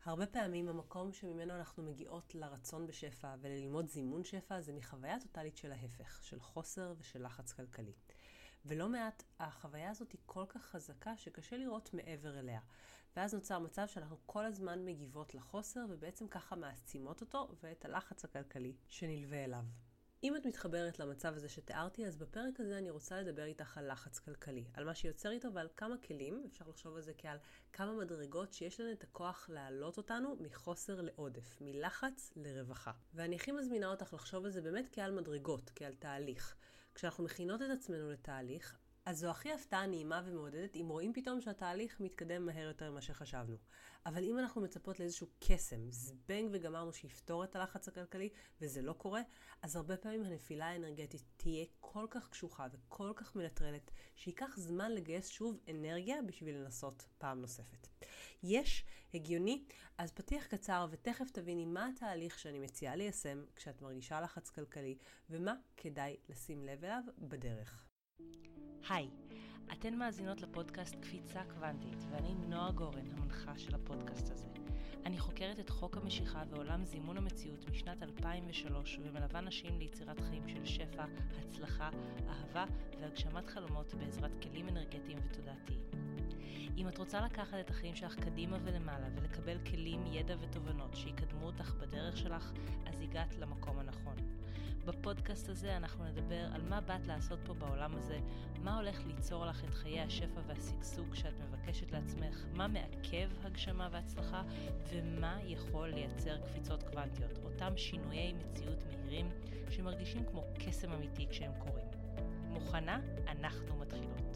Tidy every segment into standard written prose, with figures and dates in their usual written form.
הרבה פעמים המקום שממנו אנחנו מגיעות לרצון בשפע וללמוד זימון שפע זה מחוויה טוטלית של ההפך, של חוסר ושל לחץ כלכלי. ולא מעט, החוויה הזאת היא כל כך חזקה שקשה לראות מעבר אליה. ואז נוצר מצב שאנחנו כל הזמן מגיבות לחוסר ובעצם ככה מעצימות אותו ואת הלחץ הכלכלי שנלווה אליו. אם את מתחברת למצב הזה שתיארתי, אז בפרק הזה אני רוצה לדבר איתך על לחץ כלכלי, על מה שיוצר איתו ועל כמה כלים, אפשר לחשוב על זה כעל כמה מדרגות שיש לנו את הכוח להעלות אותנו מחוסר לעודף, מלחץ לרווחה. ואני הכי מזמינה אותך לחשוב על זה באמת כעל מדרגות, כעל תהליך. כשאנחנו מכינות את עצמנו לתהליך, אז זו הכי הפתעה נעימה ומעודדת אם רואים פתאום שהתהליך מתקדם מהר יותר ממה שחשבנו. אבל אם אנחנו מצפות לאיזשהו קסם, זבנג וגמרנו שיפתור את הלחץ הכלכלי, וזה לא קורה, אז הרבה פעמים הנפילה האנרגטית תהיה כל כך קשוחה וכל כך מנטרלת, שיקח זמן לגייס שוב אנרגיה בשביל לנסות פעם נוספת. יש, הגיוני, אז פתיח קצר ותכף תביני מה התהליך שאני מציעה ליישם כשאת מרגישה לחץ כלכלי, ומה כדאי לשים לב אליו בדרך. היי, אתן מאזינות לפודקאסט קפיצה קוונטית, ואני נועה גורן, המנחה של הפודקאסט הזה. אני חוקרת את חוק המשיכה ועולם זימון המציאות משנת 2003, ומלווה נשים ליצירת חיים של שפע, הצלחה, אהבה והגשמת חלומות בעזרת כלים אנרגטיים ותודעתיים. אם את רוצה לקחת את החיים שלך קדימה ולמעלה ולקבל כלים, ידע ותובנות שיקדמו אותך בדרך שלך, אז הגעת למקום הנכון. בפודקאסט הזה אנחנו נדבר על מה באת לעשות פה בעולם הזה, מה הולך ליצור לך את חיי השפע והשגשוג שאת מבקשת לעצמך, מה מעכב הגשמה והצלחה, ומה יכול לייצר קפיצות קוונטיות, אותם שינויי מציאות מהירים שמרגישים כמו קסם אמיתי כשהם קורים. מוכנה? אנחנו מתחילות.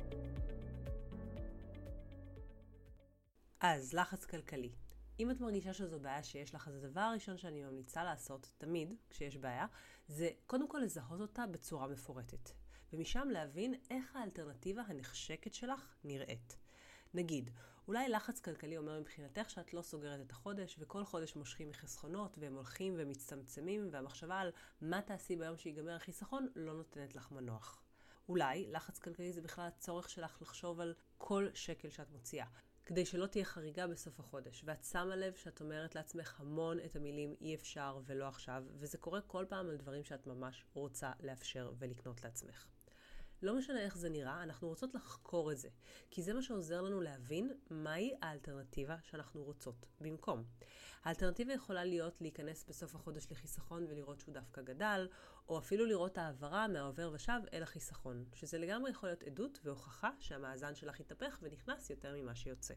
אז, לחץ כלכלי. אם את מרגישה שזו בעיה שיש לך, אז הדבר הראשון שאני ממליצה לעשות, תמיד, כשיש בעיה, זה קודם כל לזהות אותה בצורה מפורטת. ומשם להבין איך האלטרנטיבה הנחשקת שלך נראית. נגיד, אולי לחץ כלכלי אומר מבחינתך שאת לא סוגרת את החודש, וכל חודש מושכים מחסכונות, והם הולכים ומצטמצמים, והמחשבה על מה תעשי ביום שיגמר החיסכון לא נותנת לך מנוח. אולי לחץ כלכלי זה בכלל הצורך שלך לחשוב על כל שקל שאת מוציאה. כדי שלא תהיה חריגה בסוף החודש, ואת שמה לב שאת אומרת לעצמך המון את המילים אי אפשר ולא עכשיו, וזה קורה כל פעם על דברים שאת ממש רוצה לאפשר ולקנות לעצמך. לא משנה איך זה נראה, אנחנו רוצות לחקור את זה, כי זה מה שעוזר לנו להבין מהי האלטרנטיבה שאנחנו רוצות במקום. האלטרנטיבה יכולה להיות להיכנס בסוף החודש לחיסכון ולראות שהוא דווקא גדל, או אפילו לראות העברה מהעובר ושב אל החיסכון, שזה לגמרי יכול להיות עדות והוכחה שהמאזן שלך יתהפך ונכנס יותר ממה שיוצא.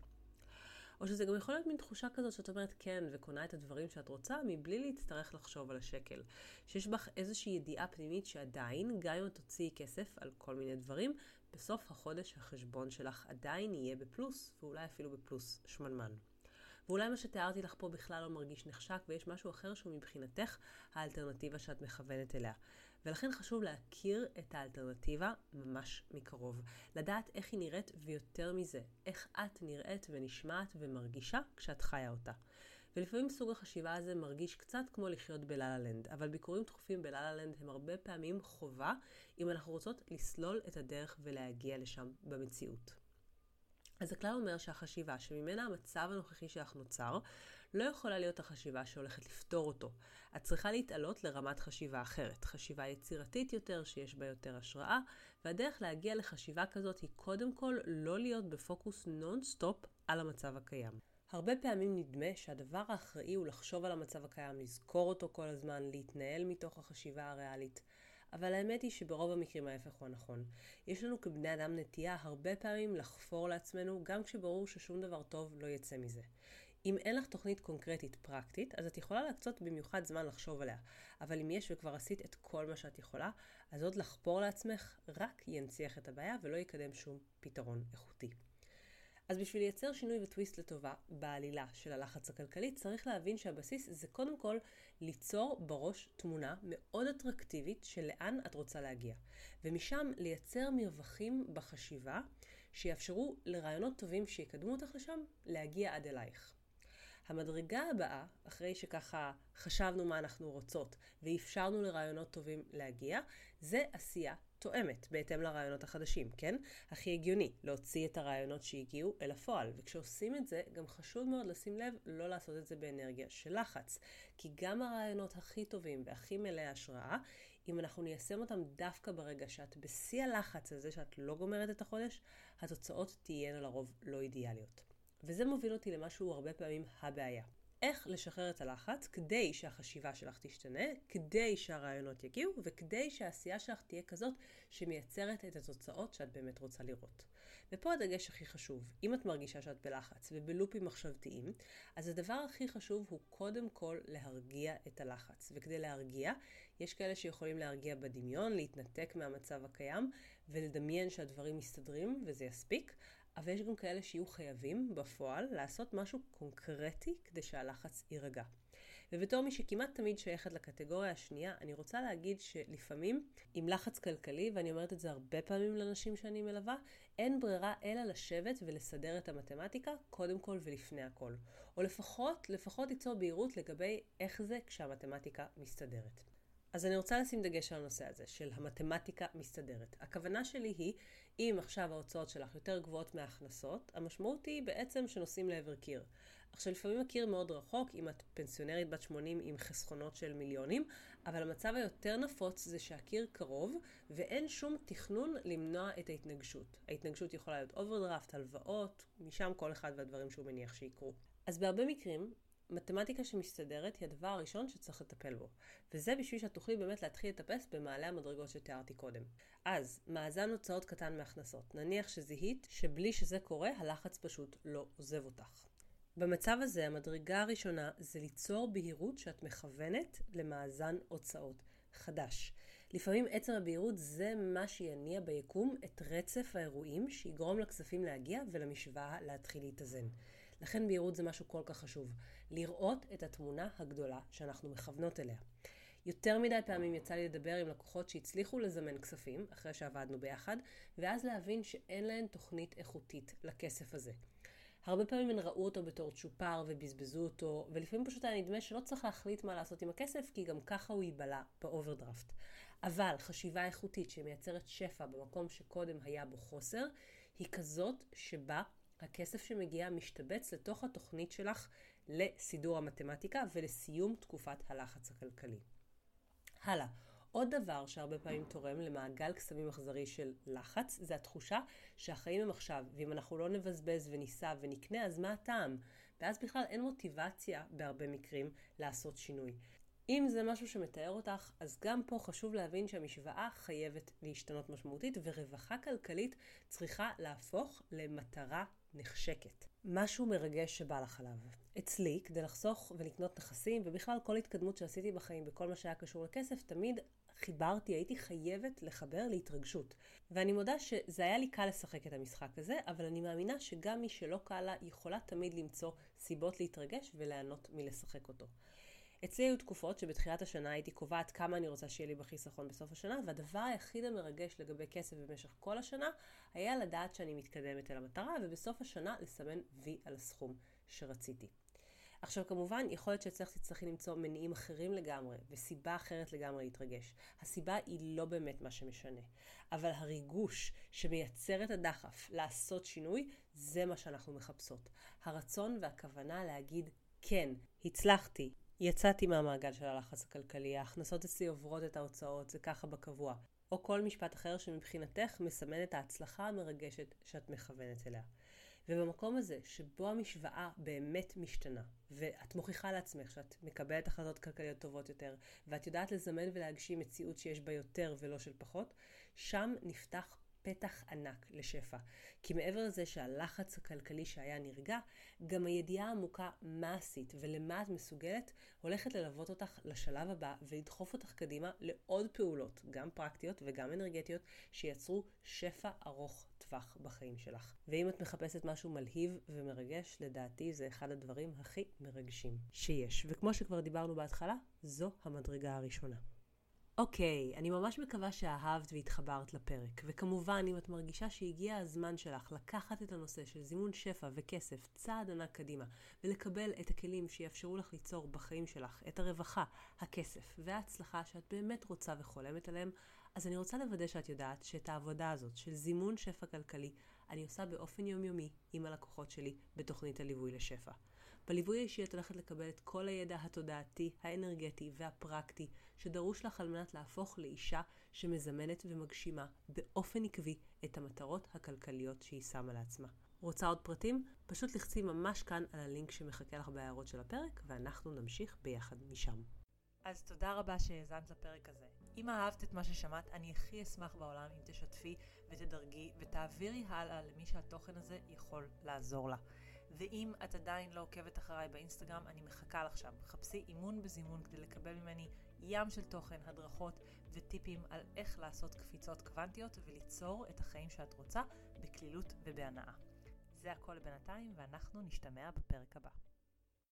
או שזה גם יכול להיות מין תחושה כזאת שאת אומרת כן וקונה את הדברים שאת רוצה מבלי להצטרך לחשוב על השקל. שיש בך איזושהי ידיעה פנימית שעדיין, גם אם תוציאי כסף על כל מיני דברים, בסוף החודש החשבון שלך עדיין יהיה בפלוס, ואולי אפילו בפלוס שמנמן. ואולי מה שתיארתי לך פה בכלל לא מרגיש נחשק, ויש משהו אחר שהוא מבחינתך האלטרנטיבה שאת מכוונת אליה. ולכן חשוב להכיר את האלטרנטיבה ממש מקרוב. לדעת איך היא נראית, ויותר מזה, איך את נראית ונשמעת ומרגישה כשאת חיה אותה. ולפעמים סוג החשיבה הזה מרגיש קצת כמו לחיות בלה-לה-לנד, אבל ביקורים תכופים בלה-לה-לנד הם הרבה פעמים חובה, אם אנחנו רוצות לסלול את הדרך ולהגיע לשם במציאות. אז הכלל אומר שהחשיבה שממנה המצב הנוכחי שלך נוצר, לא יכולה להיות החשיבה שהולכת לפתור אותו. את צריכה להתעלות לרמת חשיבה אחרת, חשיבה יצירתית יותר שיש בה יותר השראה, והדרך להגיע לחשיבה כזאת היא קודם כל לא להיות בפוקוס נון-סטופ על המצב הקיים. הרבה פעמים נדמה שהדבר האחראי הוא לחשוב על המצב הקיים, לזכור אותו כל הזמן, להתנהל מתוך החשיבה הריאלית. אבל האמת היא שברוב המקרים ההפך הוא הנכון. יש לנו כבני אדם נטייה הרבה פעמים לחפור לעצמנו, גם כשברור ששום דבר טוב לא יצא מזה. אם אין לך תוכנית קונקרטית פרקטית, אז את יכולה להקצות במיוחד זמן לחשוב עליה. אבל אם יש וכבר עשית את כל מה שאת יכולה, אז עוד לחפור לעצמך רק ינציח את הבעיה ולא יקדם שום פתרון איכותי. אז בשביל לייצר שינוי וטוויסט לטובה בעלילה של הלחץ הכלכלי, צריך להבין שהבסיס זה קודם כל ליצור בראש תמונה מאוד אטרקטיבית של לאן את רוצה להגיע. ומשם לייצר מרווחים בחשיבה שיאפשרו לרעיונות טובים שיקדמו אותך לשם להגיע עד אלייך. המדרגה הבאה, אחרי שככה חשבנו מה אנחנו רוצות ואפשרנו לרעיונות טובים להגיע, זה עשייה תואמת בהתאם לרעיונות החדשים, כן? הכי הגיוני, להוציא את הרעיונות שהגיעו אל הפועל. וכשעושים את זה, גם חשוב מאוד לשים לב לא לעשות את זה באנרגיה של לחץ. כי גם הרעיונות הכי טובים והכי מלאי השראה, אם אנחנו ניישם אותם דווקא ברגע שאת בשיא הלחץ הזה שאת לא גומרת את החודש, התוצאות תהיינה לרוב לא אידיאליות. וזה מוביל אותי למשהו הרבה פעמים הבעיה. איך לשחרר את הלחץ כדי שהחשיבה שלך תשתנה, כדי שהרעיונות יגיעו וכדי שהעשייה שלך תהיה כזאת שמייצרת את התוצאות שאת באמת רוצה לראות. ופה הדגש הכי חשוב. אם את מרגישה שאת בלחץ ובלופים מחשבתיים, אז הדבר הכי חשוב הוא קודם כל להרגיע את הלחץ. וכדי להרגיע, יש כאלה שיכולים להרגיע בדמיון, להתנתק מהמצב הקיים ולדמיין שהדברים מסתדרים וזה יספיק. אבל יש גם כאלה שיהיו חייבים בפועל לעשות משהו קונקרטי כדי שהלחץ יירגע. ובתור מי שכמעט תמיד שייכת לקטגוריה השנייה, אני רוצה להגיד שלפעמים עם לחץ כלכלי, ואני אומרת את זה הרבה פעמים לנשים שאני מלווה, אין ברירה אלא לשבת ולסדר את המתמטיקה קודם כל ולפני הכל. או לפחות ליצור בהירות לגבי איך זה כשהמתמטיקה מסתדרת. אז אני רוצה לשים דגש על הנושא הזה, של המתמטיקה מסתדרת. הכוונה שלי היא, אם עכשיו ההוצאות שלך יותר גבוהות מההכנסות, המשמעות היא בעצם שנוסעים לעבר קיר. עכשיו לפעמים הקיר מאוד רחוק, אם את פנסיונרית בת 80 עם חסכונות של מיליונים, אבל המצב היותר נפוץ זה שהקיר קרוב, ואין שום תכנון למנוע את ההתנגשות. ההתנגשות יכולה להיות אוברדרפט, הלוואות, משם כל אחד והדברים שהוא מניח שיקרו. אז בהרבה מקרים, מתמטיקה שמסתדרת היא הדבר הראשון שצריך לטפל בו. וזה בשביל שאת תוכלי באמת להתחיל לטפס במעלה המדרגות שתיארתי קודם. אז, מאזן הוצאות קטן מהכנסות. נניח שזיהית שבלי שזה קורה, הלחץ פשוט לא עוזב אותך. במצב הזה, המדרגה הראשונה זה ליצור בהירות שאת מכוונת למאזן הוצאות חדש. לפעמים עצם הבהירות זה מה שיניע ביקום את רצף האירועים שיגרום לכספים להגיע ולמשוואה להתחיל להתאזן. לכן בהירות זה משהו כל כך חשוב. לראות את התמונה הגדולה שאנחנו מכוונות אליה. יותר מדי פעמים יצא לי לדבר עם לקוחות שהצליחו לזמן כספים אחרי שעבדנו ביחד, ואז להבין שאין להן תוכנית איכותית לכסף הזה. הרבה פעמים הן ראו אותו בתור צ'ופר ובזבזו אותו, ולפעמים פשוט היה נדמה שלא צריך להחליט מה לעשות עם הכסף, כי גם ככה הוא ייבלע באוברדרפט. אבל חשיבה איכותית שמייצרת שפע במקום שקודם היה בו חוסר, היא כזאת שבה הכסף שמגיע משתבץ לתוך התוכנית שלך לסידור המתמטיקה ולסיום תקופת הלחץ הכלכלי. הלאה, עוד דבר שהרבה פעמים תורם למעגל קסמים אכזרי של לחץ, זה התחושה שהחיים הם עכשיו, ואם אנחנו לא נבזבז וניסע ונקנה, אז מה הטעם? ואז בכלל אין מוטיבציה בהרבה מקרים לעשות שינוי. אם זה משהו שמתאר אותך, אז גם פה חשוב להבין שהמשוואה חייבת להשתנות משמעותית, ורווחה כלכלית צריכה להפוך למטרה נחשקת. משהו מרגש שבא לך עליו. אצלי, כדי לחסוך ולקנות נכסים, ובכלל כל התקדמות שעשיתי בחיים בכל מה שהיה קשור לכסף, תמיד הייתי חייבת לחבר להתרגשות. ואני מודה שזה היה לי קל לשחק את המשחק הזה, אבל אני מאמינה שגם מי שלא קל לה יכולה תמיד למצוא סיבות להתרגש וליהנות מלשחק אותו. אצלי היו תקופות שבתחילת השנה הייתי קובעת כמה אני רוצה שיהיה לי בחיסכון בסוף השנה, והדבר היחיד המרגש לגבי כסף במשך כל השנה היה לדעת שאני מתקדמת אל המטרה, ובסוף השנה לסמן וי על הסכום שרציתי. עכשיו כמובן, יכול להיות תצטרכי למצוא מניעים אחרים לגמרי, וסיבה אחרת לגמרי להתרגש. הסיבה היא לא באמת מה שמשנה. אבל הריגוש שמייצר את הדחף לעשות שינוי, זה מה שאנחנו מחפשות. הרצון והכוונה להגיד, כן, הצלחתי. יצאתי מהמעגל של הלחץ הכלכלי, ההכנסות אצלי עוברות את ההוצאות, זה ככה בקבוע. או כל משפט אחר שמבחינתך מסמן את ההצלחה המרגשת שאת מכוונת אליה. ובמקום הזה, שבו המשוואה באמת משתנה, ואת מוכיחה לעצמך שאת מקבלת החלטות כלכליות טובות יותר, ואת יודעת לזמן ולהגשים מציאות שיש בה יותר ולא של פחות, שם נפתח פתח ענק לשפע. כי מעבר לזה שהלחץ הכלכלי שהיה נרגע, גם הידיעה העמוקה מה עשית ולמה את מסוגלת, הולכת ללוות אותך לשלב הבא ולדחוף אותך קדימה לעוד פעולות, גם פרקטיות וגם אנרגטיות, שיצרו שפע ארוך טווח בחיים שלך. ואם את מחפשת משהו מלהיב ומרגש, לדעתי זה אחד הדברים הכי מרגשים שיש. וכמו שכבר דיברנו בהתחלה, זו המדרגה הראשונה. אוקיי, אני ממש מקווה שאהבת והתחברת לפרק, וכמובן אם את מרגישה שהגיע הזמן שלך לקחת את הנושא של זימון שפע וכסף צעד ענק קדימה, ולקבל את הכלים שיאפשרו לך ליצור בחיים שלך את הרווחה, הכסף וההצלחה שאת באמת רוצה וחולמת עליהם, אז אני רוצה לוודא שאת יודעת שאת העבודה הזאת של זימון שפע כלכלי אני עושה באופן יומיומי עם הלקוחות שלי בתוכנית הליווי לשפע. בליווי האישי את הולכת לקבל את כל הידע התודעתי, האנרגטי והפרקטי שדרוש לך על מנת להפוך לאישה שמזמנת ומגשימה באופן עקבי את המטרות הכלכליות שהיא שמה לעצמה. רוצה עוד פרטים? פשוט לחצי ממש כאן על הלינק שמחכה לך בהערות של הפרק ואנחנו נמשיך ביחד משם. אז תודה רבה שהאזנת לפרק הזה. אם אהבת את מה ששמעת, אני הכי אשמח בעולם אם תשתפי ותדרגי ותעבירי הלאה למי שהתוכן הזה יכול לעזור לה. ואם את עדיין לא עוקבת אחריי באינסטגרם, אני מחכה לך שם. חפשי אימון בזימון כדי לקבל ממני ים של תוכן, הדרכות וטיפים על איך לעשות קפיצות קוונטיות וליצור את החיים שאת רוצה בקלילות ובהנאה. זה הכל בינתיים ואנחנו נשתמע בפרק הבא.